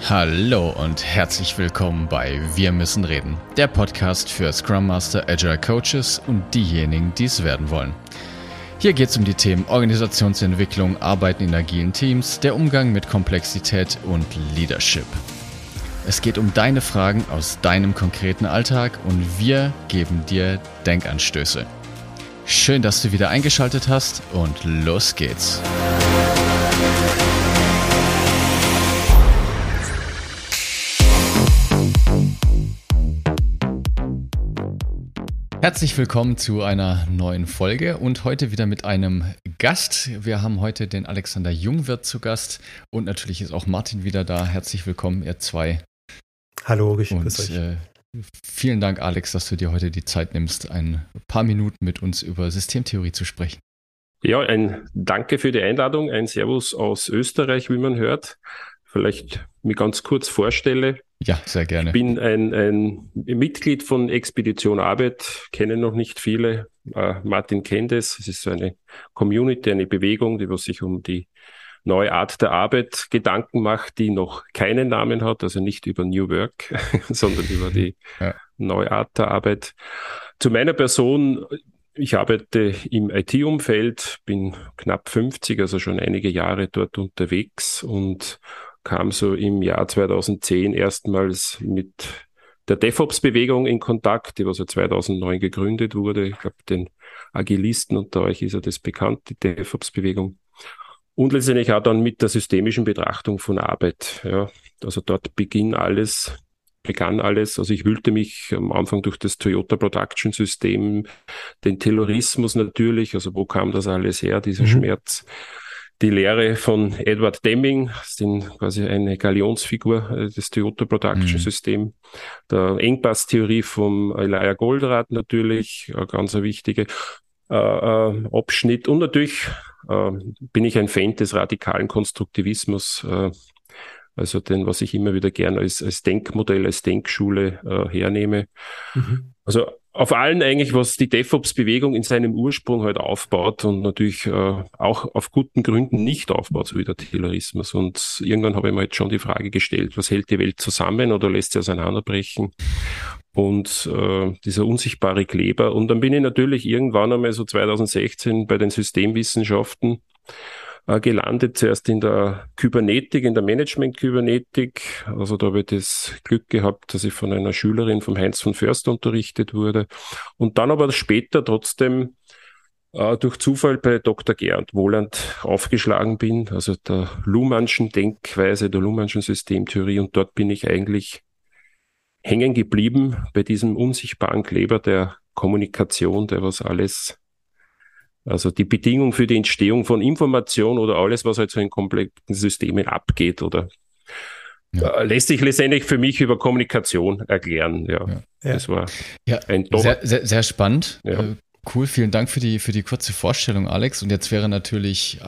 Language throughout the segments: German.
Hallo und herzlich willkommen bei Wir müssen reden, der Podcast für Scrum Master, Agile Coaches und diejenigen, die es werden wollen. Hier geht es um die Themen Organisationsentwicklung, Arbeiten in agilen Teams, der Umgang mit Komplexität und Leadership. Es geht um deine Fragen aus deinem konkreten Alltag und wir geben dir Denkanstöße. Schön, dass du wieder eingeschaltet hast und los geht's. Herzlich willkommen zu einer neuen Folge und heute wieder mit einem Gast. Wir haben heute den Alexander Jungwirth zu Gast und natürlich ist auch Martin wieder da. Herzlich willkommen, ihr zwei. Hallo, ich grüße euch. Vielen Dank, Alex, dass du dir heute die Zeit nimmst, ein paar Minuten mit uns über Systemtheorie zu sprechen. Ja, ein Danke für die Einladung, ein Servus aus Österreich, wie man hört. Vielleicht mich ganz kurz vorstelle. Ja, sehr gerne. Ich bin ein Mitglied von Expedition Arbeit, kenne noch nicht viele. Martin kennt es. Es ist so eine Community, eine Bewegung, die sich um die neue Art der Arbeit Gedanken macht, die noch keinen Namen hat, also nicht über New Work, sondern über die neue Art der Arbeit. Zu meiner Person: Ich arbeite im IT-Umfeld, bin knapp 50, also schon einige Jahre dort unterwegs und kam so im Jahr 2010 erstmals mit der DevOps-Bewegung in Kontakt, die was ja 2009 gegründet wurde. Ich glaube, den Agilisten unter euch ist ja das bekannt, die DevOps-Bewegung. Und letztendlich auch dann mit der systemischen Betrachtung von Arbeit. Ja, also dort begann alles. Also ich wühlte mich am Anfang durch das Toyota Production System, den Taylorismus natürlich, also wo kam das alles her, dieser Schmerz. Die Lehre von Edward Deming, das ist quasi eine Galionsfigur des Toyota Production System. Der Engpass-Theorie vom Elijah Goldratt natürlich, eine ganz wichtige Abschnitt. Und natürlich bin ich ein Fan des radikalen Konstruktivismus, also den, was ich immer wieder gerne als Denkmodell, als Denkschule hernehme. Also auf allen eigentlich, was die DevOps-Bewegung in seinem Ursprung halt aufbaut und natürlich auch auf guten Gründen nicht aufbaut, so wie der Taylorismus. Und irgendwann habe ich mir jetzt schon die Frage gestellt, was hält die Welt zusammen oder lässt sie auseinanderbrechen? Und dieser unsichtbare Kleber. Und dann bin ich natürlich irgendwann einmal so 2016 bei den Systemwissenschaften gelandet, zuerst in der Kybernetik, in der Management-Kybernetik. Also da habe ich das Glück gehabt, dass ich von einer Schülerin vom Heinz von Förster unterrichtet wurde. Und dann aber später trotzdem durch Zufall bei Dr. Gerhard Wohland aufgeschlagen bin, also der Luhmannschen Denkweise, der Luhmannschen Systemtheorie. Und dort bin ich eigentlich hängen geblieben bei diesem unsichtbaren Kleber der Kommunikation, der was alles, also die Bedingung für die Entstehung von Information oder alles, was halt so in komplexen Systemen abgeht, oder lässt sich letztendlich für mich über Kommunikation erklären. Ja. Das war ein sehr, sehr, sehr spannend. Ja. Cool, vielen Dank für die kurze Vorstellung, Alex. Und jetzt wäre natürlich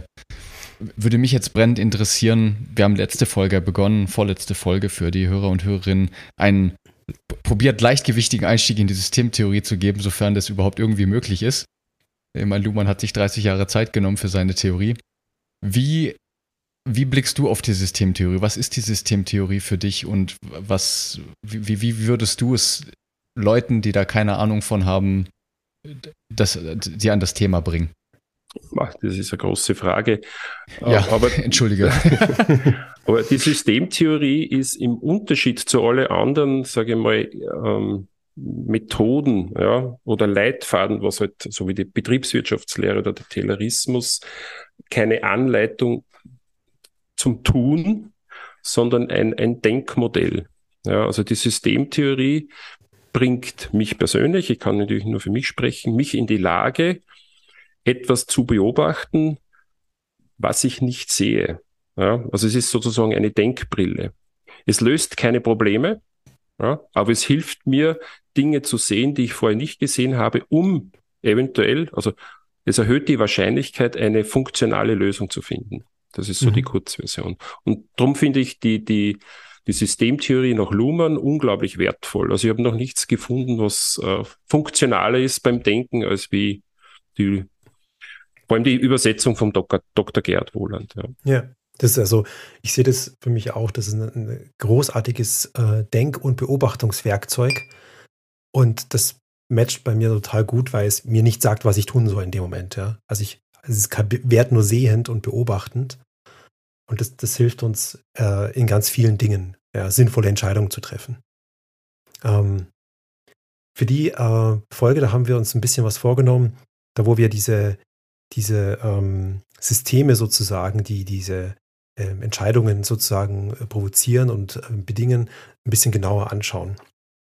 würde mich jetzt brennend interessieren, wir haben letzte Folge begonnen, vorletzte Folge für die Hörer und Hörerinnen, einen probiert leichtgewichtigen Einstieg in die Systemtheorie zu geben, sofern das überhaupt irgendwie möglich ist. Ich meine, Luhmann hat sich 30 Jahre Zeit genommen für seine Theorie. Wie blickst du auf die Systemtheorie? Was ist die Systemtheorie für dich und wie würdest du es Leuten, die da keine Ahnung von haben, sie an das Thema bringen? Das ist eine große Frage. Ja, aber entschuldige. Aber die Systemtheorie ist im Unterschied zu allen anderen, sage ich mal, Methoden, ja, oder Leitfaden, was halt so wie die Betriebswirtschaftslehre oder der Taylorismus, keine Anleitung zum Tun, sondern ein Denkmodell. Ja, also die Systemtheorie bringt mich persönlich, ich kann natürlich nur für mich sprechen, mich in die Lage, etwas zu beobachten, was ich nicht sehe. Ja, also es ist sozusagen eine Denkbrille. Es löst keine Probleme, ja, aber es hilft mir, Dinge zu sehen, die ich vorher nicht gesehen habe, um eventuell, also es erhöht die Wahrscheinlichkeit, eine funktionale Lösung zu finden. Das ist so die Kurzversion. Und darum finde ich die Systemtheorie nach Luhmann unglaublich wertvoll. Also ich habe noch nichts gefunden, was funktionaler ist beim Denken, als wie vor allem die Übersetzung vom Dr. Gerhard Wohland. Ja. Das ist also, ich sehe das für mich auch, das ist ein großartiges Denk- und Beobachtungswerkzeug. Und das matcht bei mir total gut, weil es mir nicht sagt, was ich tun soll in dem Moment. Ja? Also es ist kein Wert nur sehend und beobachtend. Und das hilft uns in ganz vielen Dingen, ja, sinnvolle Entscheidungen zu treffen. Für die Folge, da haben wir uns ein bisschen was vorgenommen, da wo wir diese Systeme sozusagen, die diese Entscheidungen sozusagen provozieren und bedingen, ein bisschen genauer anschauen.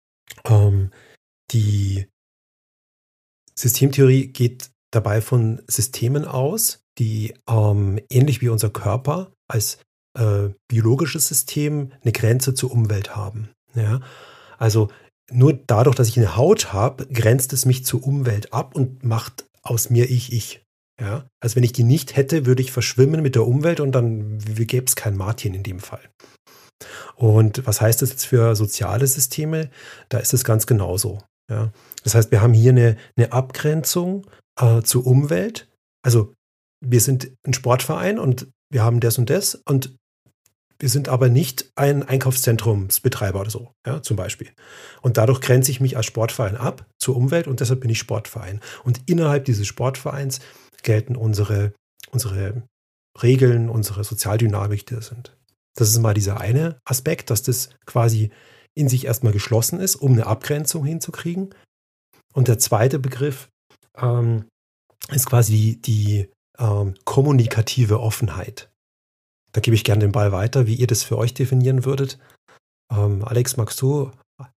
Die Systemtheorie geht dabei von Systemen aus, die ähnlich wie unser Körper als biologisches System eine Grenze zur Umwelt haben. Ja? Also nur dadurch, dass ich eine Haut habe, grenzt es mich zur Umwelt ab und macht aus mir ich. Ja? Also wenn ich die nicht hätte, würde ich verschwimmen mit der Umwelt und dann gäbe es kein Martin in dem Fall. Und was heißt das jetzt für soziale Systeme? Da ist es ganz genauso. Ja? Das heißt, wir haben hier eine Abgrenzung zur Umwelt. Also wir sind ein Sportverein und wir haben das und wir sind aber nicht ein Einkaufszentrumsbetreiber oder so, ja, zum Beispiel. Und dadurch grenze ich mich als Sportverein ab zur Umwelt und deshalb bin ich Sportverein. Und innerhalb dieses Sportvereins gelten unsere Regeln, unsere Sozialdynamik, die da sind. Das ist mal dieser eine Aspekt, dass das quasi in sich erstmal geschlossen ist, um eine Abgrenzung hinzukriegen. Und der zweite Begriff ist quasi die kommunikative Offenheit. Da gebe ich gerne den Ball weiter, wie ihr das für euch definieren würdet. Alex, magst du?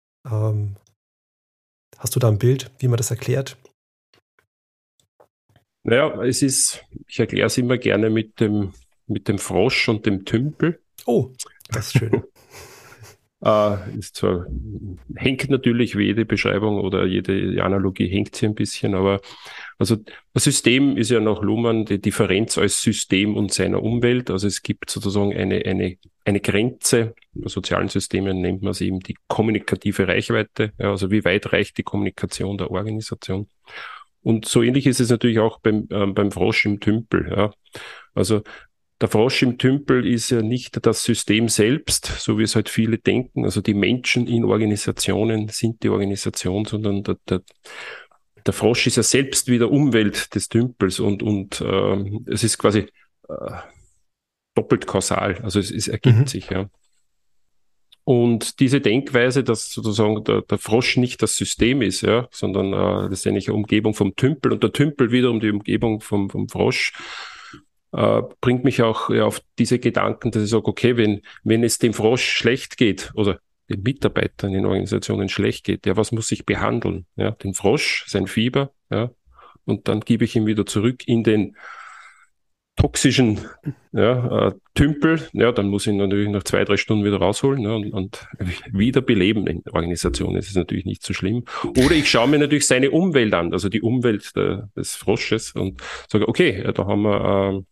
Hast du da ein Bild, wie man das erklärt? Naja, ich erkläre es immer gerne mit dem Frosch und dem Tümpel. Oh, das ist schön. Ist zwar, hängt natürlich wie jede Beschreibung oder jede Analogie hängt sie ein bisschen, aber also das System ist ja nach Luhmann die Differenz als System und seiner Umwelt. Also es gibt sozusagen eine Grenze. Bei sozialen Systemen nennt man es eben die kommunikative Reichweite. Ja, also wie weit reicht die Kommunikation der Organisation? Und so ähnlich ist es natürlich auch beim Frosch im Tümpel. Ja. Also der Frosch im Tümpel ist ja nicht das System selbst, so wie es halt viele denken. Also die Menschen in Organisationen sind die Organisation, sondern der Frosch ist ja selbst wieder Umwelt des Tümpels und es ist quasi doppelt kausal. Also es ergibt sich, ja. Und diese Denkweise, dass sozusagen der Frosch nicht das System ist, ja, sondern letztendlich eine Umgebung vom Tümpel und der Tümpel wiederum die Umgebung vom Frosch, bringt mich auch auf diese Gedanken, dass ich sage, okay, wenn es dem Frosch schlecht geht oder den Mitarbeitern in Organisationen schlecht geht, ja, was muss ich behandeln? Ja, den Frosch, sein Fieber, ja, und dann gebe ich ihn wieder zurück in den toxischen Tümpel, ja, dann muss ich ihn natürlich nach 2-3 Stunden wieder rausholen, ja, und wieder beleben in Organisationen. Das ist natürlich nicht so schlimm. Oder ich schaue mir natürlich seine Umwelt an, also die Umwelt des Frosches und sage, okay, ja, da haben wir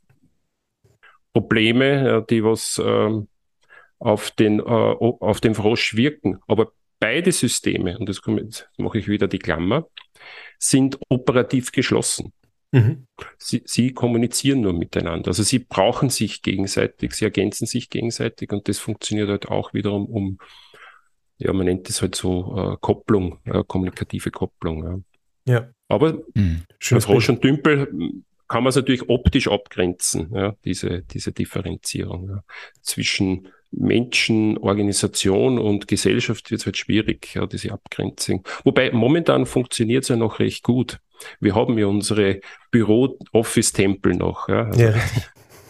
Probleme, die was auf den Frosch wirken. Aber beide Systeme, und jetzt mache ich wieder die Klammer, sind operativ geschlossen. Mhm. Sie kommunizieren nur miteinander. Also sie brauchen sich gegenseitig, sie ergänzen sich gegenseitig und das funktioniert halt auch wiederum ja, man nennt das halt so Kopplung, kommunikative Kopplung. Ja. Aber bei Frosch und Tümpel kann man es natürlich optisch abgrenzen, ja, diese Differenzierung. Ja. Zwischen Menschen, Organisation und Gesellschaft wird es halt schwierig, ja, diese Abgrenzung. Wobei momentan funktioniert es ja noch recht gut. Wir haben ja unsere Büro-Office-Tempel noch. Ja, also. Ja, richtig.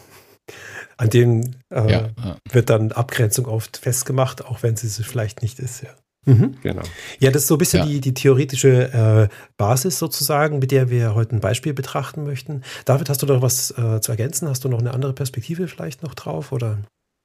An denen wird dann Abgrenzung oft festgemacht, auch wenn sie es vielleicht nicht ist. Ja. Mhm. Genau. Ja, das ist so ein bisschen die theoretische Basis sozusagen, mit der wir heute ein Beispiel betrachten möchten. David, hast du da was zu ergänzen? Hast du noch eine andere Perspektive vielleicht noch drauf? Oder?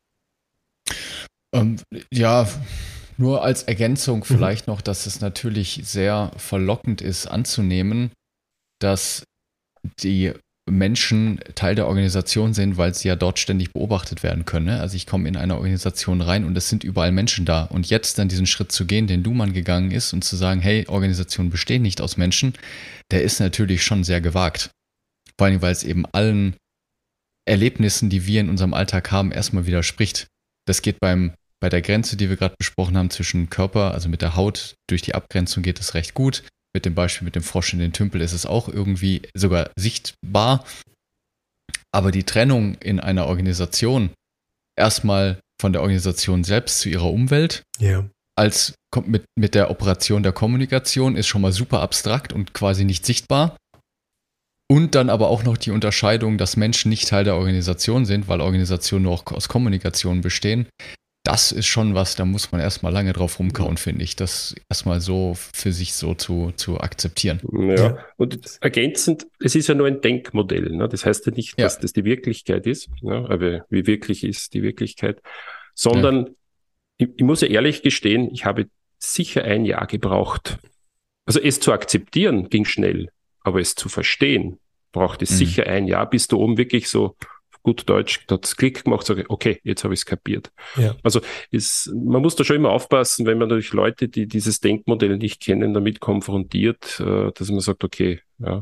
Ja, nur als Ergänzung vielleicht noch, dass es natürlich sehr verlockend ist anzunehmen, dass die Menschen Teil der Organisation sind, weil sie ja dort ständig beobachtet werden können. Ne? Also ich komme in eine Organisation rein und es sind überall Menschen da. Und jetzt dann diesen Schritt zu gehen, den Luhmann gegangen ist und zu sagen, hey, Organisationen bestehen nicht aus Menschen, der ist natürlich schon sehr gewagt. Vor allem, weil es eben allen Erlebnissen, die wir in unserem Alltag haben, erstmal widerspricht. Das geht bei der Grenze, die wir gerade besprochen haben, zwischen Körper, also mit der Haut, durch die Abgrenzung geht es recht gut. Mit dem Beispiel mit dem Frosch in den Tümpel ist es auch irgendwie sogar sichtbar. Aber die Trennung in einer Organisation, erstmal von der Organisation selbst zu ihrer Umwelt, als mit der Operation der Kommunikation, ist schon mal super abstrakt und quasi nicht sichtbar. Und dann aber auch noch die Unterscheidung, dass Menschen nicht Teil der Organisation sind, weil Organisationen nur auch aus Kommunikation bestehen. Das ist schon was, da muss man erstmal lange drauf rumkauen, finde ich, das erstmal so für sich so zu akzeptieren. Ja, und ergänzend, es ist ja nur ein Denkmodell, ne? Das heißt ja nicht, dass das die Wirklichkeit ist, ne? Aber wie wirklich ist die Wirklichkeit, sondern ich muss ja ehrlich gestehen, ich habe sicher ein Jahr gebraucht. Also es zu akzeptieren ging schnell, aber es zu verstehen braucht es sicher ein Jahr, bis du oben wirklich so gut Deutsch, hat es Klick gemacht, sage okay, jetzt habe ich es kapiert. Ja. Also man muss da schon immer aufpassen, wenn man durch Leute, die dieses Denkmodell nicht kennen, damit konfrontiert, dass man sagt, okay,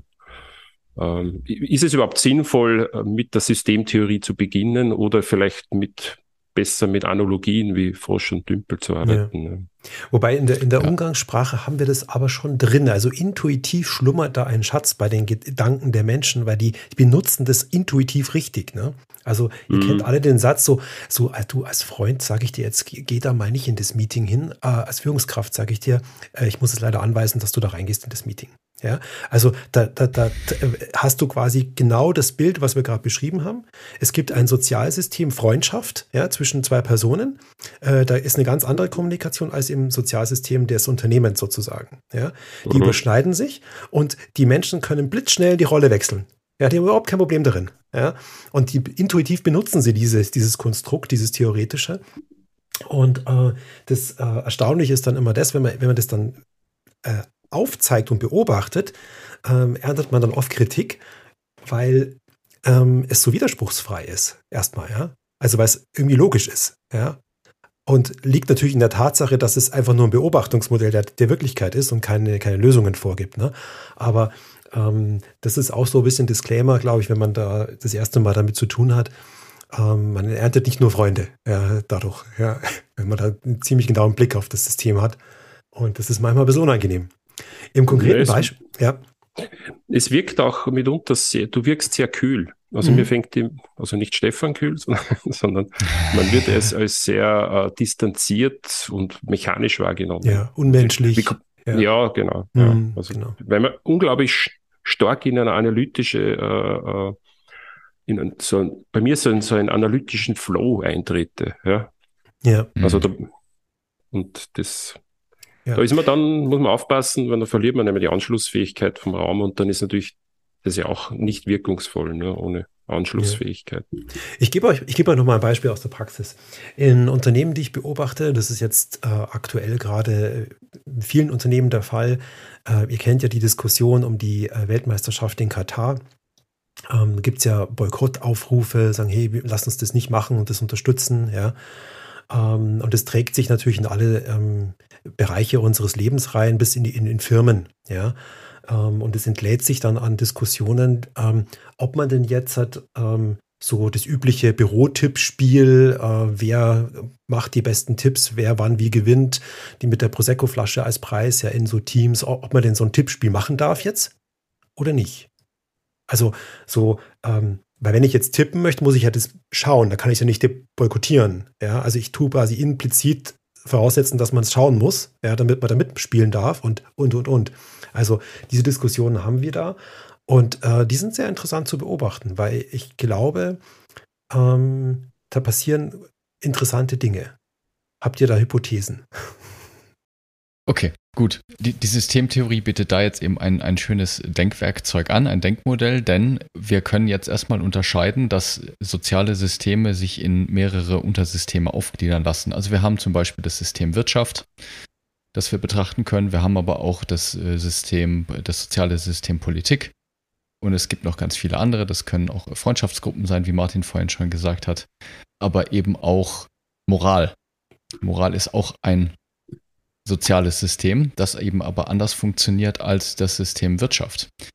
ist es überhaupt sinnvoll, mit der Systemtheorie zu beginnen oder vielleicht besser mit Analogien wie Frosch und Tümpel zu arbeiten. Ja. Wobei in der Umgangssprache haben wir das aber schon drin. Also intuitiv schlummert da ein Schatz bei den Gedanken der Menschen, weil die benutzen das intuitiv richtig. Ne? Also ihr kennt alle den Satz, so du als Freund sage ich dir jetzt, geh da mal nicht in das Meeting hin. Als Führungskraft sage ich dir, ich muss es leider anweisen, dass du da reingehst in das Meeting. Ja, also da hast du quasi genau das Bild, was wir gerade beschrieben haben. Es gibt ein Sozialsystem Freundschaft, zwischen zwei Personen. Da ist eine ganz andere Kommunikation als im Sozialsystem des Unternehmens sozusagen. Ja, die überschneiden sich und die Menschen können blitzschnell die Rolle wechseln. Ja, die haben überhaupt kein Problem darin. Ja, und intuitiv benutzen sie dieses Konstrukt, dieses Theoretische. Und das Erstaunliche ist dann immer das, wenn man das dann aufzeigt und beobachtet, erntet man dann oft Kritik, weil es so widerspruchsfrei ist, erstmal, ja. Also weil es irgendwie logisch ist, ja. Und liegt natürlich in der Tatsache, dass es einfach nur ein Beobachtungsmodell der Wirklichkeit ist und keine Lösungen vorgibt, ne? Aber das ist auch so ein bisschen Disclaimer, glaube ich, wenn man da das erste Mal damit zu tun hat. Man erntet nicht nur Freunde, dadurch, wenn man da einen ziemlich genauen Blick auf das System hat. Und das ist manchmal ein bisschen unangenehm. Im konkreten Beispiel, Es wirkt auch mitunter du wirkst sehr kühl. Also mir also nicht Stefan kühl, sondern man wird es als sehr distanziert und mechanisch wahrgenommen. Ja, unmenschlich. Ja, genau. Also, genau. Weil man unglaublich stark in eine analytische, bei mir so einen analytischen Flow eintrete. Ja. Also da ist man dann, muss man aufpassen, weil dann verliert man nämlich die Anschlussfähigkeit vom Raum und dann ist natürlich das ja auch nicht wirkungsvoll, ne, ohne Anschlussfähigkeit. Ich gebe euch noch mal ein Beispiel aus der Praxis. In Unternehmen, die ich beobachte, das ist jetzt aktuell gerade in vielen Unternehmen der Fall, ihr kennt ja die Diskussion um die Weltmeisterschaft in Katar. Gibt es ja Boykottaufrufe, sagen, hey, lass uns das nicht machen und das unterstützen, ja. Und das trägt sich natürlich in alle Bereiche unseres Lebens rein, bis in Firmen, ja. Und es entlädt sich dann an Diskussionen, ob man denn jetzt so das übliche Bürotippspiel, wer macht die besten Tipps, wer wann wie gewinnt, die mit der Prosecco-Flasche als Preis, in so Teams, ob man denn so ein Tippspiel machen darf jetzt oder nicht. Also so, weil wenn ich jetzt tippen möchte, muss ich ja das schauen, da kann ich ja nicht boykottieren. Ja? Also ich tue quasi implizit voraussetzen, dass man es schauen muss, damit man da mitspielen darf und. Also diese Diskussionen haben wir da und die sind sehr interessant zu beobachten, weil ich glaube, da passieren interessante Dinge. Habt ihr da Hypothesen? Okay, gut. Die Systemtheorie bietet da jetzt eben ein schönes Denkwerkzeug an, ein Denkmodell, denn wir können jetzt erstmal unterscheiden, dass soziale Systeme sich in mehrere Untersysteme aufgliedern lassen. Also wir haben zum Beispiel das System Wirtschaft, das wir betrachten können. Wir haben aber auch das soziale System Politik. Und es gibt noch ganz viele andere. Das können auch Freundschaftsgruppen sein, wie Martin vorhin schon gesagt hat. Aber eben auch Moral. Moral ist auch ein soziales System, das eben aber anders funktioniert als das System Wirtschaft.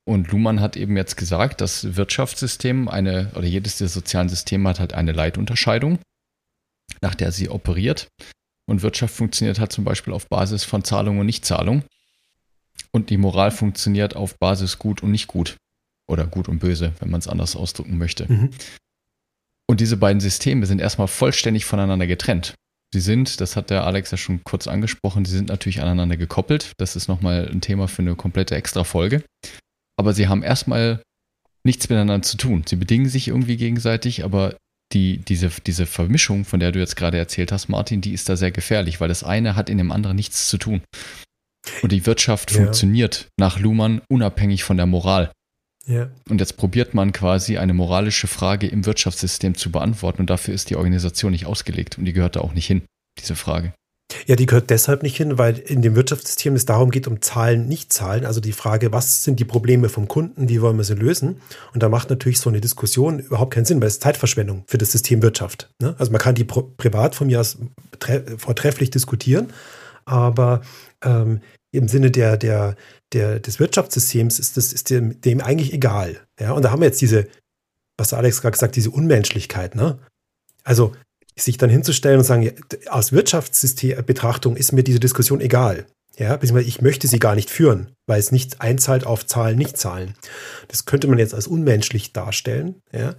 Und Luhmann hat eben jetzt gesagt, das Wirtschaftssystem oder jedes der sozialen Systeme hat halt eine Leitunterscheidung, nach der sie operiert. Und Wirtschaft funktioniert halt zum Beispiel auf Basis von Zahlung und Nichtzahlung. Und die Moral funktioniert auf Basis gut und nicht gut. Oder gut und böse, wenn man es anders ausdrücken möchte. Mhm. Und diese beiden Systeme sind erstmal vollständig voneinander getrennt. Sie sind, das hat der Alex ja schon kurz angesprochen, sie sind natürlich aneinander gekoppelt. Das ist nochmal ein Thema für eine komplette Extra-Folge. Aber sie haben erstmal nichts miteinander zu tun. Sie bedingen sich irgendwie gegenseitig, aber diese Vermischung, von der du jetzt gerade erzählt hast, Martin, die ist da sehr gefährlich, weil das eine hat in dem anderen nichts zu tun. Und die Wirtschaft funktioniert nach Luhmann unabhängig von der Moral. Ja. Und jetzt probiert man quasi eine moralische Frage im Wirtschaftssystem zu beantworten und dafür ist die Organisation nicht ausgelegt und die gehört da auch nicht hin, diese Frage. Ja, die gehört deshalb nicht hin, weil in dem Wirtschaftssystem es darum geht, um Zahlen, Nicht-Zahlen. Also die Frage, was sind die Probleme vom Kunden, wie wollen wir sie lösen? Und da macht natürlich so eine Diskussion überhaupt keinen Sinn, weil es ist Zeitverschwendung für das System Wirtschaft. Ne? Also man kann die privat von mir aus vortrefflich diskutieren, aber im Sinne des Wirtschaftssystems ist dem eigentlich egal. Ja? Und da haben wir jetzt was der Alex gerade gesagt, diese Unmenschlichkeit. Ne? Also sich dann hinzustellen und sagen, ja, aus Wirtschaftssystembetrachtung ist mir diese Diskussion egal. Ja, beziehungsweise ich möchte sie gar nicht führen, weil es nicht einzahlt auf Zahlen, Nicht-Zahlen. Das könnte man jetzt als unmenschlich darstellen. Ja?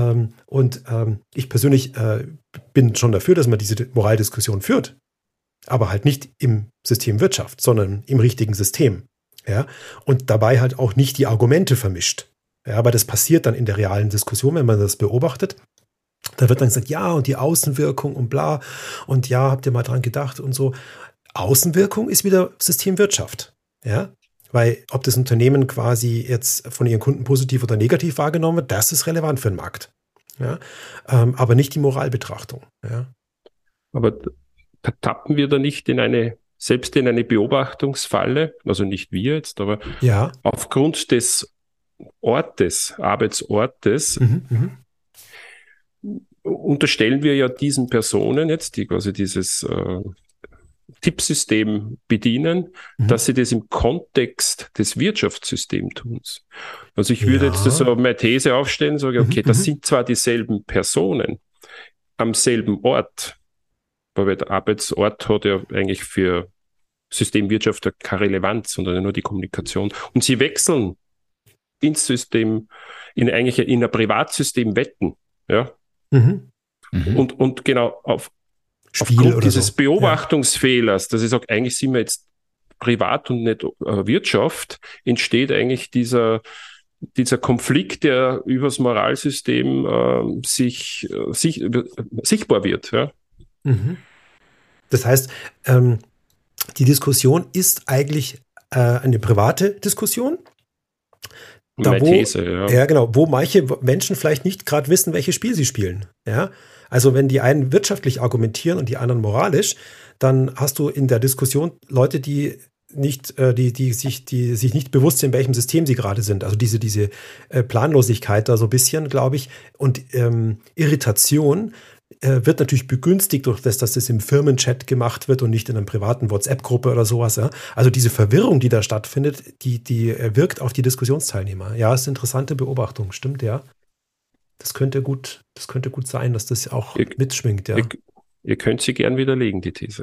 Ich persönlich bin schon dafür, dass man diese Moraldiskussion führt. Aber halt nicht im System Wirtschaft, sondern im richtigen System. Ja? Und dabei halt auch nicht die Argumente vermischt. Ja, aber das passiert dann in der realen Diskussion, wenn man das beobachtet. Da wird dann gesagt, ja, und die Außenwirkung und bla. Und ja, habt ihr mal dran gedacht und so. Außenwirkung ist wieder Systemwirtschaft. Ja, weil ob das Unternehmen quasi jetzt von ihren Kunden positiv oder negativ wahrgenommen wird, das ist relevant für den Markt. Ja, aber nicht die Moralbetrachtung. Ja. Aber tappen wir da nicht selbst in eine Beobachtungsfalle, also nicht wir jetzt, aber aufgrund des Arbeitsortes, unterstellen wir ja diesen Personen jetzt, die quasi dieses Tippsystem bedienen, dass sie das im Kontext des Wirtschaftssystems tun. Also ich würde jetzt so meine These aufstellen, sage, okay, das sind zwar dieselben Personen am selben Ort, weil der Arbeitsort hat ja eigentlich für Systemwirtschaft keine Relevanz, sondern nur die Kommunikation. Und sie wechseln ins System, in ein Privatsystem wetten. Ja? Und genau aufgrund dieses so. Beobachtungsfehlers, dass ich sage, eigentlich sind wir jetzt privat und nicht Wirtschaft, entsteht eigentlich dieser Konflikt, der übers Moralsystem sichtbar wird. Ja? Das heißt, die Diskussion ist eigentlich eine private Diskussion. Wo manche Menschen vielleicht nicht gerade wissen, welches Spiel sie spielen. Ja? Also wenn die einen wirtschaftlich argumentieren und die anderen moralisch, dann hast du in der Diskussion Leute, die sich nicht bewusst sind, in welchem System sie gerade sind. Also diese Planlosigkeit da so ein bisschen, glaube ich, und Irritation wird natürlich begünstigt durch das, dass das im Firmenchat gemacht wird und nicht in einer privaten WhatsApp-Gruppe oder sowas. Ja? Also diese Verwirrung, die da stattfindet, die wirkt auf die Diskussionsteilnehmer. Ja, ist eine interessante Beobachtung, stimmt, ja. Das könnte gut sein, dass das auch mitschwingt, ja. Ihr könnt sie gern widerlegen, die These.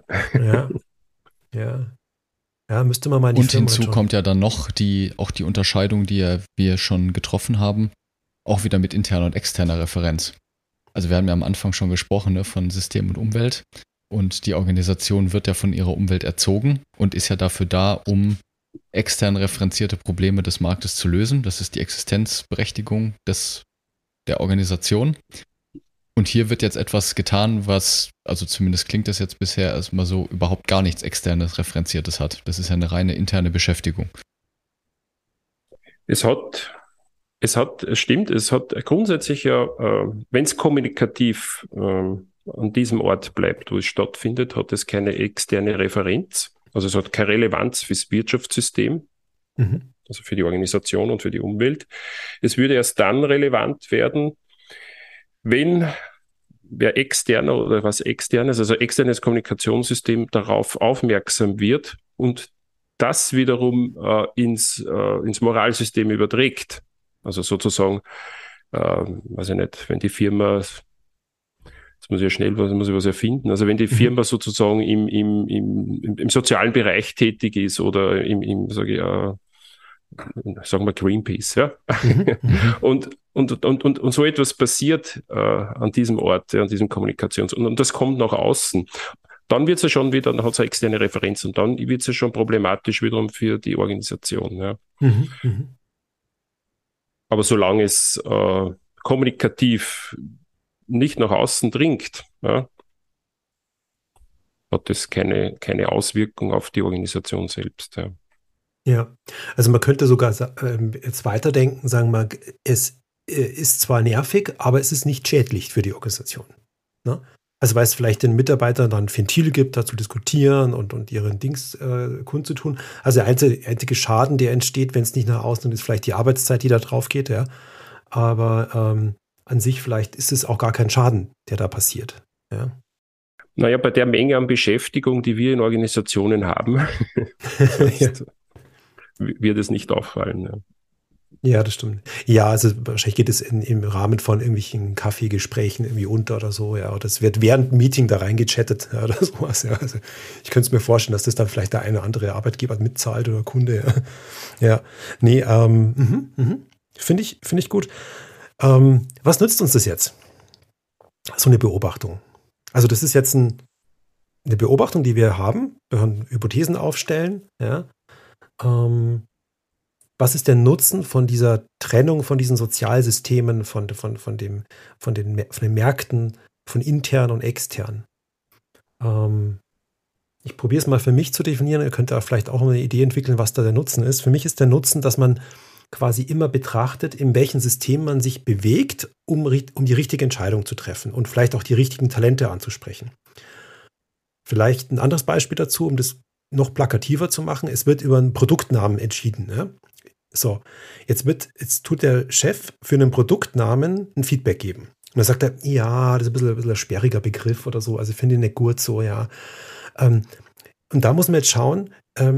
Ja, müsste man mal in die Firma hinzu kommt ja dann noch die Unterscheidung, die wir schon getroffen haben, auch wieder mit interner und externer Referenz. Also wir haben ja am Anfang schon gesprochen, von System und Umwelt, und die Organisation wird ja von ihrer Umwelt erzogen und ist ja dafür da, um extern referenzierte Probleme des Marktes zu lösen. Das ist die Existenzberechtigung der Organisation. Und hier wird jetzt etwas getan, was, also zumindest klingt das jetzt bisher erstmal so, überhaupt gar nichts Externes Referenziertes hat. Das ist ja eine reine interne Beschäftigung. Es stimmt, es hat grundsätzlich ja, wenn es kommunikativ an diesem Ort bleibt, wo es stattfindet, hat es keine externe Referenz. Also es hat keine Relevanz fürs Wirtschaftssystem, also für die Organisation und für die Umwelt. Es würde erst dann relevant werden, wenn wer externer oder was externes, also externes Kommunikationssystem darauf aufmerksam wird und das wiederum ins Moralsystem überträgt. Also sozusagen, weiß ich nicht, wenn die Firma, jetzt muss ich was erfinden, also wenn die Firma sozusagen im sozialen Bereich tätig ist oder sagen wir Greenpeace, ja. Und so etwas passiert an diesem Ort, an diesem und das kommt nach außen. Dann wird es ja schon wieder, dann hat es eine externe Referenz und dann wird es ja schon problematisch wiederum für die Organisation. Ja. Aber solange es kommunikativ nicht nach außen dringt, ja, hat das keine Auswirkung auf die Organisation selbst. Ja. Ja, also man könnte sogar jetzt weiterdenken, sagen wir, es ist zwar nervig, aber es ist nicht schädlich für die Organisation. Ne? Also weil es vielleicht den Mitarbeitern dann Ventile gibt, da zu diskutieren und ihren Dings kundzutun. Also der einzige Schaden, der entsteht, wenn es nicht nach außen ist, vielleicht die Arbeitszeit, die da drauf geht. Ja. Aber an sich vielleicht ist es auch gar kein Schaden, der da passiert. Ja. Naja, bei der Menge an Beschäftigung, die wir in Organisationen haben, wird es nicht auffallen. Ja. Ja, das stimmt. Ja, also wahrscheinlich geht es im Rahmen von irgendwelchen Kaffeegesprächen irgendwie unter oder so, ja. Oder es wird während dem Meeting da reingechattet, ja, oder sowas, ja. Also ich könnte es mir vorstellen, dass das dann vielleicht der eine oder andere Arbeitgeber mitzahlt oder Kunde, ja. Ja, nee, finde ich gut. Was nützt uns das jetzt? So eine Beobachtung. Also das ist jetzt eine Beobachtung, die wir haben. Wir können Hypothesen aufstellen, ja. Was ist der Nutzen von dieser Trennung von diesen Sozialsystemen, von den Märkten, von intern und extern? Ich probiere es mal für mich zu definieren. Ihr könnt da vielleicht auch eine Idee entwickeln, was da der Nutzen ist. Für mich ist der Nutzen, dass man quasi immer betrachtet, in welchem System man sich bewegt, um die richtige Entscheidung zu treffen und vielleicht auch die richtigen Talente anzusprechen. Vielleicht ein anderes Beispiel dazu, um das noch plakativer zu machen. Es wird über einen Produktnamen entschieden. Ne? So, jetzt tut der Chef für einen Produktnamen ein Feedback geben. Und dann sagt er, ja, das ist ein bisschen ein sperriger Begriff oder so, also finde ich nicht gut so, ja. Und da muss man jetzt schauen,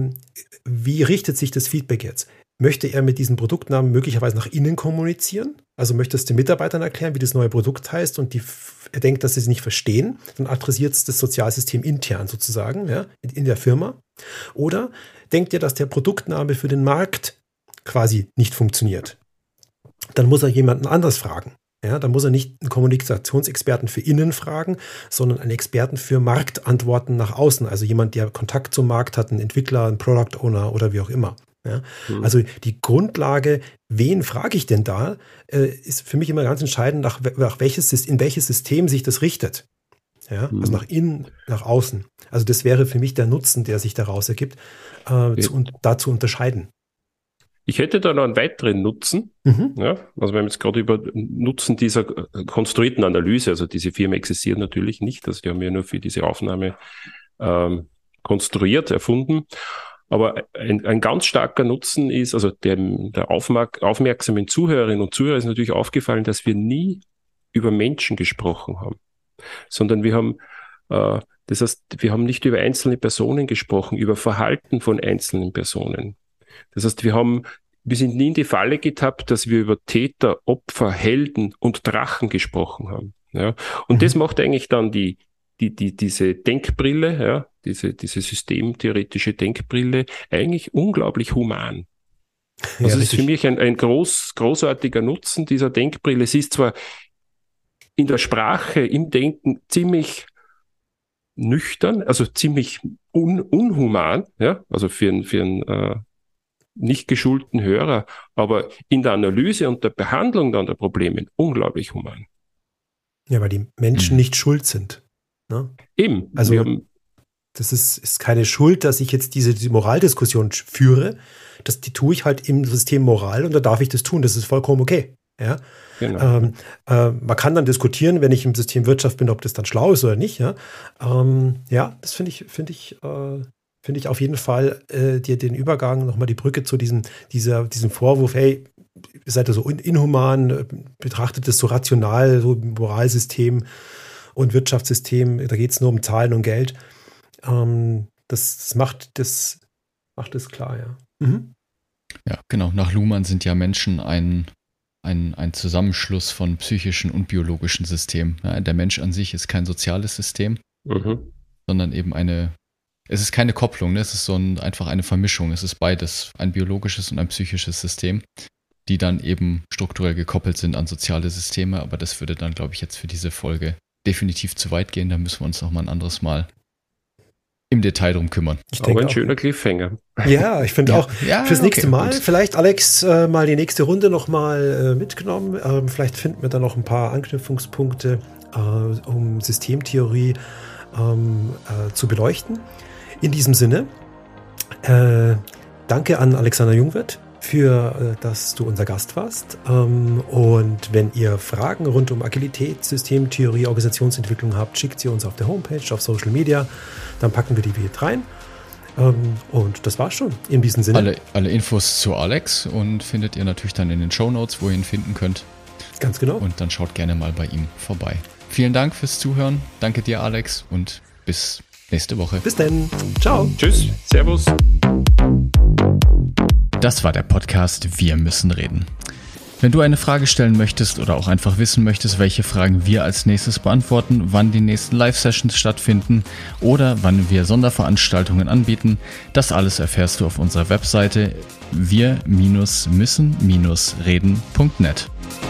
wie richtet sich das Feedback jetzt? Möchte er mit diesem Produktnamen möglicherweise nach innen kommunizieren? Also möchte es den Mitarbeitern erklären, wie das neue Produkt heißt und er denkt, dass sie es nicht verstehen? Dann adressiert es das Sozialsystem intern sozusagen, ja, in der Firma. Oder denkt er, dass der Produktname für den Markt quasi nicht funktioniert? Dann muss er jemanden anders fragen. Ja, dann muss er nicht einen Kommunikationsexperten für innen fragen, sondern einen Experten für Marktantworten nach außen. Also jemand, der Kontakt zum Markt hat, ein Entwickler, ein Product Owner oder wie auch immer. Ja, also die Grundlage, wen frage ich denn da, ist für mich immer ganz entscheidend, in welches System sich das richtet. Ja, also nach innen, nach außen. Also das wäre für mich der Nutzen, der sich daraus ergibt, da zu unterscheiden. Ich hätte da noch einen weiteren Nutzen. Ja, also wir haben jetzt gerade über Nutzen dieser konstruierten Analyse, also diese Firma existiert natürlich nicht, also die haben wir nur für diese Aufnahme konstruiert, erfunden. Aber ein ganz starker Nutzen ist, also der aufmerksamen Zuhörerinnen und Zuhörer ist natürlich aufgefallen, dass wir nie über Menschen gesprochen haben, sondern wir haben, das heißt, wir haben nicht über einzelne Personen gesprochen, über Verhalten von einzelnen Personen. Das heißt, wir sind nie in die Falle getappt, dass wir über Täter, Opfer, Helden und Drachen gesprochen haben. Ja? Und das macht eigentlich dann diese Denkbrille, ja, diese systemtheoretische Denkbrille eigentlich unglaublich human. Also es ist für mich ein großartiger Nutzen dieser Denkbrille. Es ist zwar in der Sprache, im Denken ziemlich nüchtern, also ziemlich unhuman, ja, also für einen nicht geschulten Hörer, aber in der Analyse und der Behandlung dann der Probleme unglaublich human. Ja, weil die Menschen nicht schuld sind. Ne? Eben. Also das ist keine Schuld, dass ich jetzt diese Moraldiskussion führe. Die tue ich halt im System Moral und da darf ich das tun. Das ist vollkommen okay. Ja? Genau. Man kann dann diskutieren, wenn ich im System Wirtschaft bin, ob das dann schlau ist oder nicht. Ja, das finde ich auf jeden Fall dir den Übergang, nochmal die Brücke zu diesem Vorwurf, hey, ihr seid ja so inhuman, betrachtet das so rational, so Moralsystem und Wirtschaftssystem, da geht es nur um Zahlen und Geld. Das macht das macht es klar, ja. Mhm. Ja, genau. Nach Luhmann sind ja Menschen ein Zusammenschluss von psychischen und biologischen Systemen. Ja, der Mensch an sich ist kein soziales System, sondern eben es ist keine Kopplung, ne? Es ist einfach eine Vermischung. Es ist beides, ein biologisches und ein psychisches System, die dann eben strukturell gekoppelt sind an soziale Systeme. Aber das würde dann, glaube ich, jetzt für diese Folge definitiv zu weit gehen. Da müssen wir uns noch mal ein anderes Mal im Detail drum kümmern. Ich denke, ein schöner Cliffhanger. Ja, ich finde auch fürs nächste Mal, gut. Vielleicht Alex mal die nächste Runde noch mal mitgenommen. Vielleicht finden wir da noch ein paar Anknüpfungspunkte, um Systemtheorie zu beleuchten. In diesem Sinne, danke an Alexander Jungwirth dass du unser Gast warst. Und wenn ihr Fragen rund um Agilität, Systemtheorie, Organisationsentwicklung habt, schickt sie uns auf der Homepage, auf Social Media. Dann packen wir die mit rein. Und das war's schon. In diesem Sinne. Alle Infos zu Alex und findet ihr natürlich dann in den Shownotes, wo ihr ihn finden könnt. Ganz genau. Und dann schaut gerne mal bei ihm vorbei. Vielen Dank fürs Zuhören. Danke dir, Alex, und bis nächste Woche. Bis dann. Ciao. Tschüss. Servus. Das war der Podcast Wir müssen reden. Wenn du eine Frage stellen möchtest oder auch einfach wissen möchtest, welche Fragen wir als nächstes beantworten, wann die nächsten Live-Sessions stattfinden oder wann wir Sonderveranstaltungen anbieten, das alles erfährst du auf unserer Webseite wir-müssen-reden.net.